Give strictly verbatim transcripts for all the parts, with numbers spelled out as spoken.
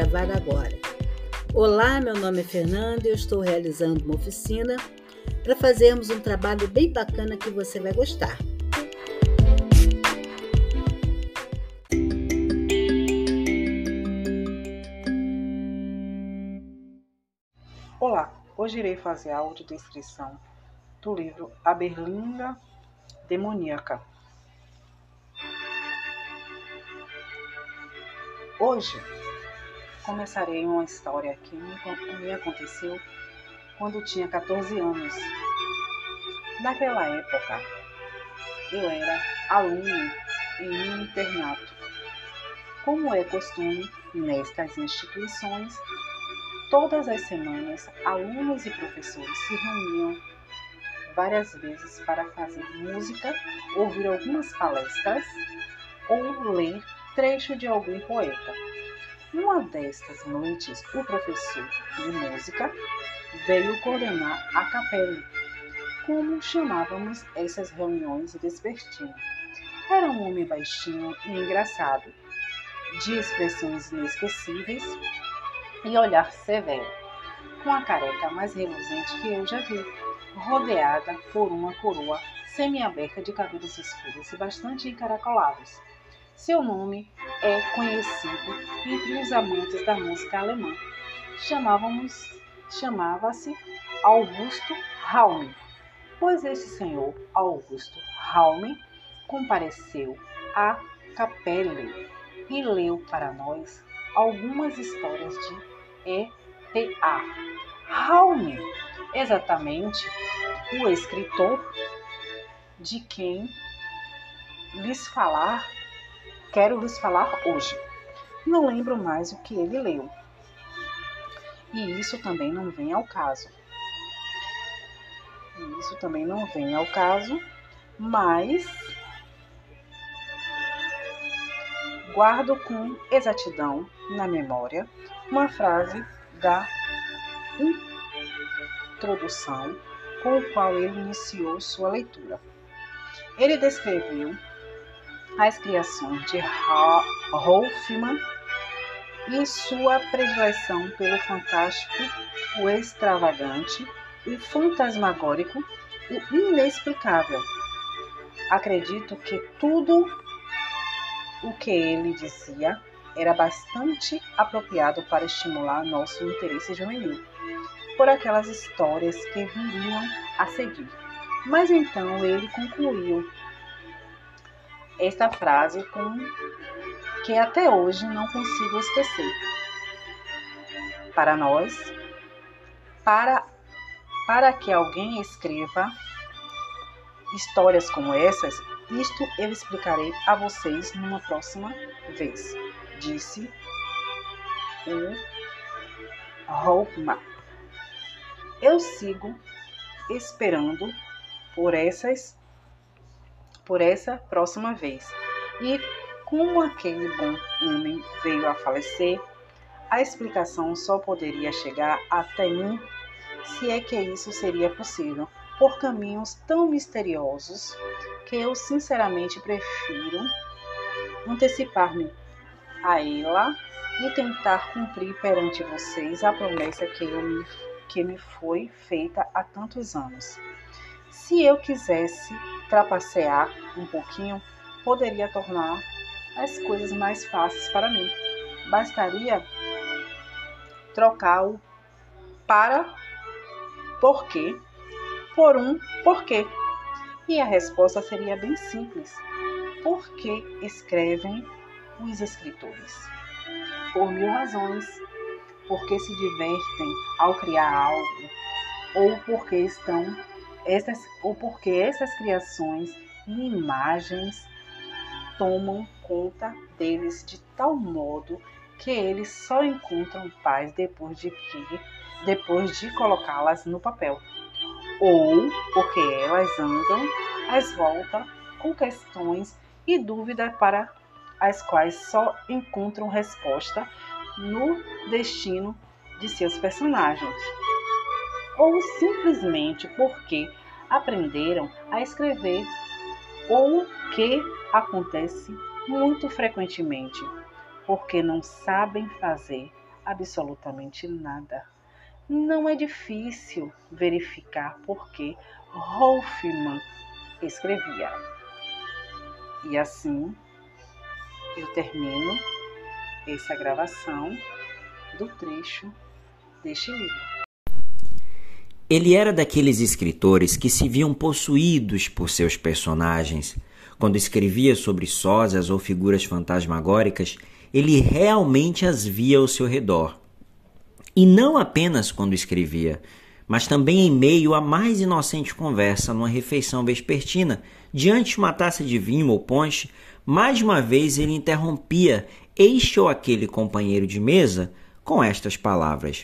gravar agora. Olá, meu nome é Fernanda e eu estou realizando uma oficina para fazermos um trabalho bem bacana que você vai gostar. Olá, hoje irei fazer a audiodescrição do livro A Berlinda Demoníaca. Hoje começarei uma história que me aconteceu quando tinha catorze anos. Naquela época, eu era aluno em um internato. Como é costume nestas instituições, todas as semanas, alunos e professores se reuniam várias vezes para fazer música, ouvir algumas palestras ou ler trecho de algum poeta. Numa destas noites, o professor de música veio coordenar a capela, como chamávamos essas reuniões vespertinas. Era um homem baixinho e engraçado, de expressões inesquecíveis e olhar severo, com a careca mais reluzente que eu já vi, rodeada por uma coroa semi-aberta de cabelos escuros e bastante encaracolados. Seu nome é conhecido entre os amantes da música alemã. Chamávamos, chamava-se Augusto Raume, pois esse senhor, Augusto Raume, compareceu à capela e leu para nós algumas histórias de E T A. Raume, exatamente o escritor de quem lhes falar, quero lhes falar hoje. Não lembro mais o que ele leu. E isso também não vem ao caso. E isso também não vem ao caso, mas guardo com exatidão na memória uma frase da introdução com o qual ele iniciou sua leitura. Ele descreveu as criações de Hoffmann e sua predileção pelo fantástico, o extravagante, o fantasmagórico, o inexplicável. Acredito que tudo o que ele dizia era bastante apropriado para estimular nosso interesse juvenil por aquelas histórias que viriam a seguir. Mas então ele concluiu esta frase com que até hoje não consigo esquecer. Para nós, para, para que alguém escreva histórias como essas, isto eu explicarei a vocês numa próxima vez, disse o Hoffmann. Eu sigo esperando por essas por essa próxima vez. E como aquele bom homem veio a falecer, a explicação só poderia chegar até mim, se é que isso seria possível, por caminhos tão misteriosos que eu sinceramente prefiro antecipar-me a ela e tentar cumprir perante vocês a promessa que, eu me, que me foi feita há tantos anos. Se eu quisesse trapacear um pouquinho, poderia tornar as coisas mais fáceis para mim. Bastaria trocar o para porquê por um porquê. E a resposta seria bem simples. Por que escrevem os escritores? Por mil razões. Porque se divertem ao criar algo, ou porque estão Essas, ou porque essas criações e imagens tomam conta deles de tal modo que eles só encontram paz depois de que, depois de colocá-las no papel, ou porque elas andam às voltas com questões e dúvidas para as quais só encontram resposta no destino de seus personagens, ou simplesmente porque aprenderam a escrever, ou que acontece muito frequentemente, porque não sabem fazer absolutamente nada. Não é difícil verificar porque Hoffmann escrevia. E assim eu termino essa gravação do trecho deste livro. Ele era daqueles escritores que se viam possuídos por seus personagens. Quando escrevia sobre sósias ou figuras fantasmagóricas, ele realmente as via ao seu redor. E não apenas quando escrevia, mas também em meio à mais inocente conversa numa refeição vespertina, diante de uma taça de vinho ou ponche, mais uma vez ele interrompia este ou aquele companheiro de mesa com estas palavras: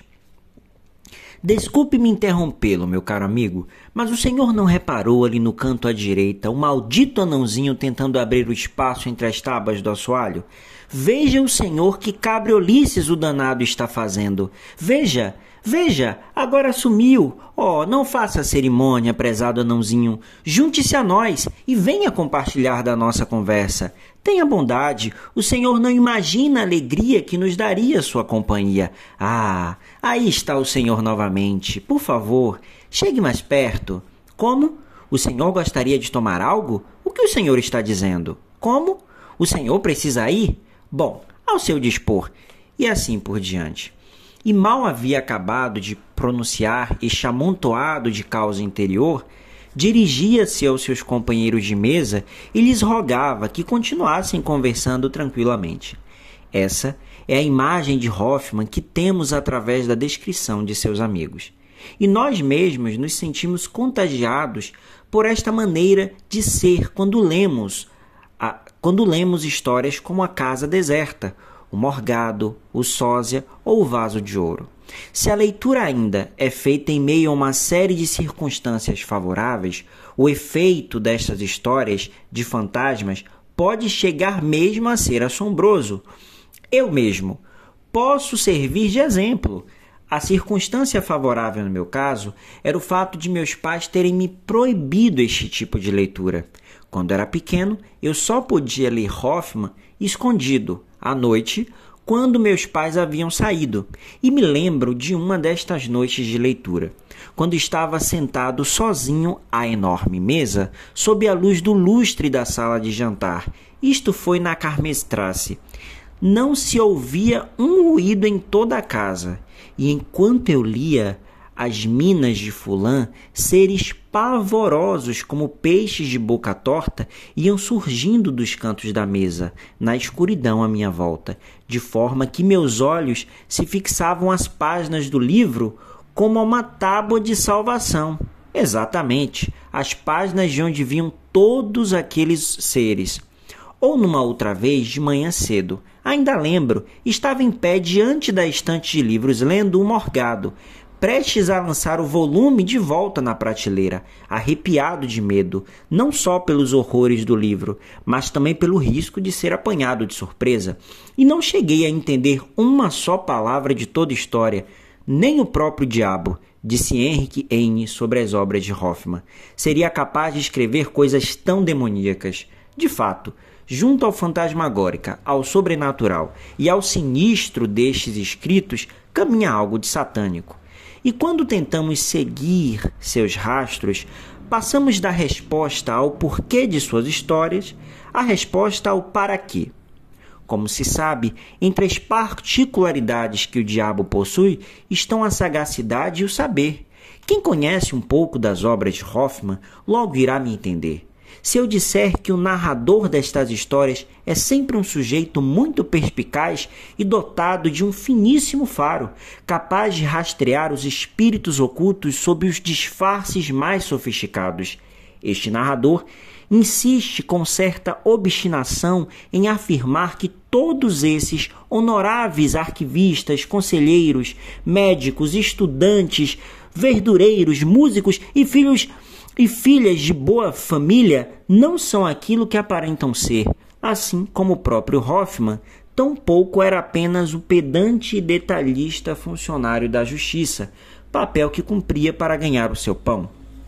"Desculpe-me interrompê-lo, meu caro amigo, mas o senhor não reparou ali no canto à direita o maldito anãozinho tentando abrir o espaço entre as tábuas do assoalho? Veja o senhor que cabriolices o danado está fazendo. Veja, veja, agora sumiu. Oh, não faça cerimônia, prezado anãozinho. Junte-se a nós e venha compartilhar da nossa conversa. Tenha bondade, o senhor não imagina a alegria que nos daria sua companhia. Ah, aí está o senhor novamente. Por favor, chegue mais perto. Como? O senhor gostaria de tomar algo? O que o senhor está dizendo? Como? O senhor precisa ir? Bom, ao seu dispor. E assim por diante. E mal havia acabado de pronunciar este amontoado de causa interior, dirigia-se aos seus companheiros de mesa e lhes rogava que continuassem conversando tranquilamente. Essa é a imagem de Hoffmann que temos através da descrição de seus amigos. E nós mesmos nos sentimos contagiados por esta maneira de ser quando lemos, a, quando lemos histórias como A Casa Deserta, O Morgado, O Sósia ou O Vaso de Ouro. Se a leitura ainda é feita em meio a uma série de circunstâncias favoráveis, o efeito destas histórias de fantasmas pode chegar mesmo a ser assombroso. Eu mesmo posso servir de exemplo. A circunstância favorável no meu caso era o fato de meus pais terem me proibido este tipo de leitura. Quando era pequeno, eu só podia ler Hoffmann escondido, à noite, quando meus pais haviam saído, e me lembro de uma destas noites de leitura, quando estava sentado sozinho à enorme mesa, sob a luz do lustre da sala de jantar. Isto foi na Carmenstrasse. Não se ouvia um ruído em toda a casa, e enquanto eu lia as minas de Fulã, seres pavorosos como peixes de boca torta iam surgindo dos cantos da mesa, na escuridão à minha volta, de forma que meus olhos se fixavam às páginas do livro como a uma tábua de salvação. Exatamente, as páginas de onde vinham todos aqueles seres. Ou numa outra vez, de manhã cedo, ainda lembro, estava em pé diante da estante de livros lendo O Morgado, prestes a lançar o volume de volta na prateleira, arrepiado de medo, não só pelos horrores do livro, mas também pelo risco de ser apanhado de surpresa. E não cheguei a entender uma só palavra de toda a história, nem o próprio diabo, disse Henrik Heine sobre as obras de Hoffmann, seria capaz de escrever coisas tão demoníacas. De fato, junto ao fantasmagórica, ao sobrenatural e ao sinistro destes escritos, caminha algo de satânico. E quando tentamos seguir seus rastros, passamos da resposta ao porquê de suas histórias à resposta ao para quê. Como se sabe, entre as particularidades que o diabo possui estão a sagacidade e o saber. Quem conhece um pouco das obras de Hoffmann logo irá me entender. Se eu disser que o narrador destas histórias é sempre um sujeito muito perspicaz e dotado de um finíssimo faro, capaz de rastrear os espíritos ocultos sob os disfarces mais sofisticados. Este narrador insiste com certa obstinação em afirmar que todos esses honoráveis arquivistas, conselheiros, médicos, estudantes, verdureiros, músicos e filhos e filhas de boa família não são aquilo que aparentam ser, assim como o próprio Hoffmann, tampouco era apenas o pedante e detalhista funcionário da justiça, papel que cumpria para ganhar o seu pão.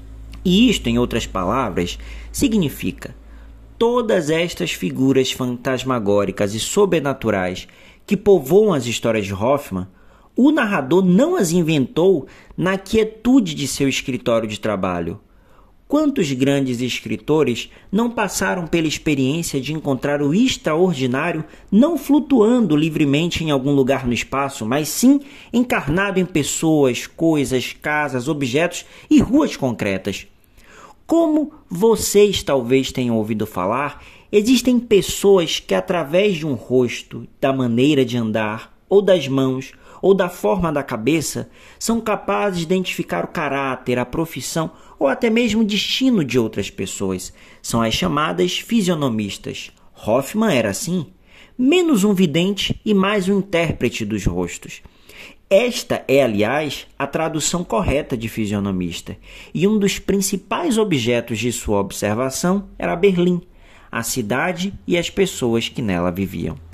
E isto, em outras palavras, significa: todas estas figuras fantasmagóricas e sobrenaturais que povoam as histórias de Hoffmann O narrador não as inventou na quietude de seu escritório de trabalho. Quantos grandes escritores não passaram pela experiência de encontrar o extraordinário não flutuando livremente em algum lugar no espaço, mas sim encarnado em pessoas, coisas, casas, objetos e ruas concretas? Como vocês talvez tenham ouvido falar, existem pessoas que através de um rosto, da maneira de andar, ou das mãos, ou da forma da cabeça, são capazes de identificar o caráter, a profissão ou até mesmo o destino de outras pessoas. São as chamadas fisionomistas. Hoffmann era assim, menos um vidente e mais um intérprete dos rostos. Esta é, aliás, a tradução correta de fisionomista, e um dos principais objetos de sua observação era Berlim, a cidade e as pessoas que nela viviam.